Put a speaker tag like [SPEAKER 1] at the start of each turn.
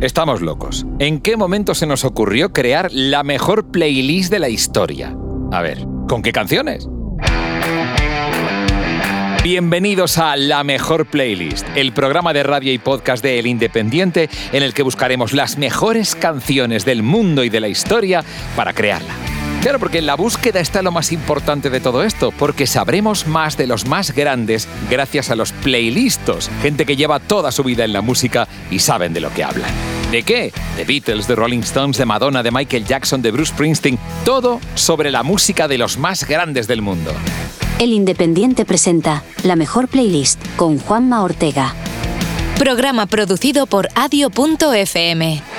[SPEAKER 1] Estamos locos. ¿En qué momento se nos ocurrió crear la mejor playlist de la historia? A ver, ¿con qué canciones? Bienvenidos a La Mejor Playlist, el programa de radio y podcast de El Independiente en el que buscaremos las mejores canciones del mundo y de la historia para crearla. Claro, porque en la búsqueda está lo más importante de todo esto, porque sabremos más de los más grandes gracias a los playlistos, gente que lleva toda su vida en la música y saben de lo que hablan. ¿De qué? De Beatles, de Rolling Stones, de Madonna, de Michael Jackson, de Bruce Springsteen, todo sobre la música de los más grandes del mundo.
[SPEAKER 2] El Independiente presenta La Mejor Playlist con Juanma Ortega.
[SPEAKER 3] Programa producido por Adio.fm.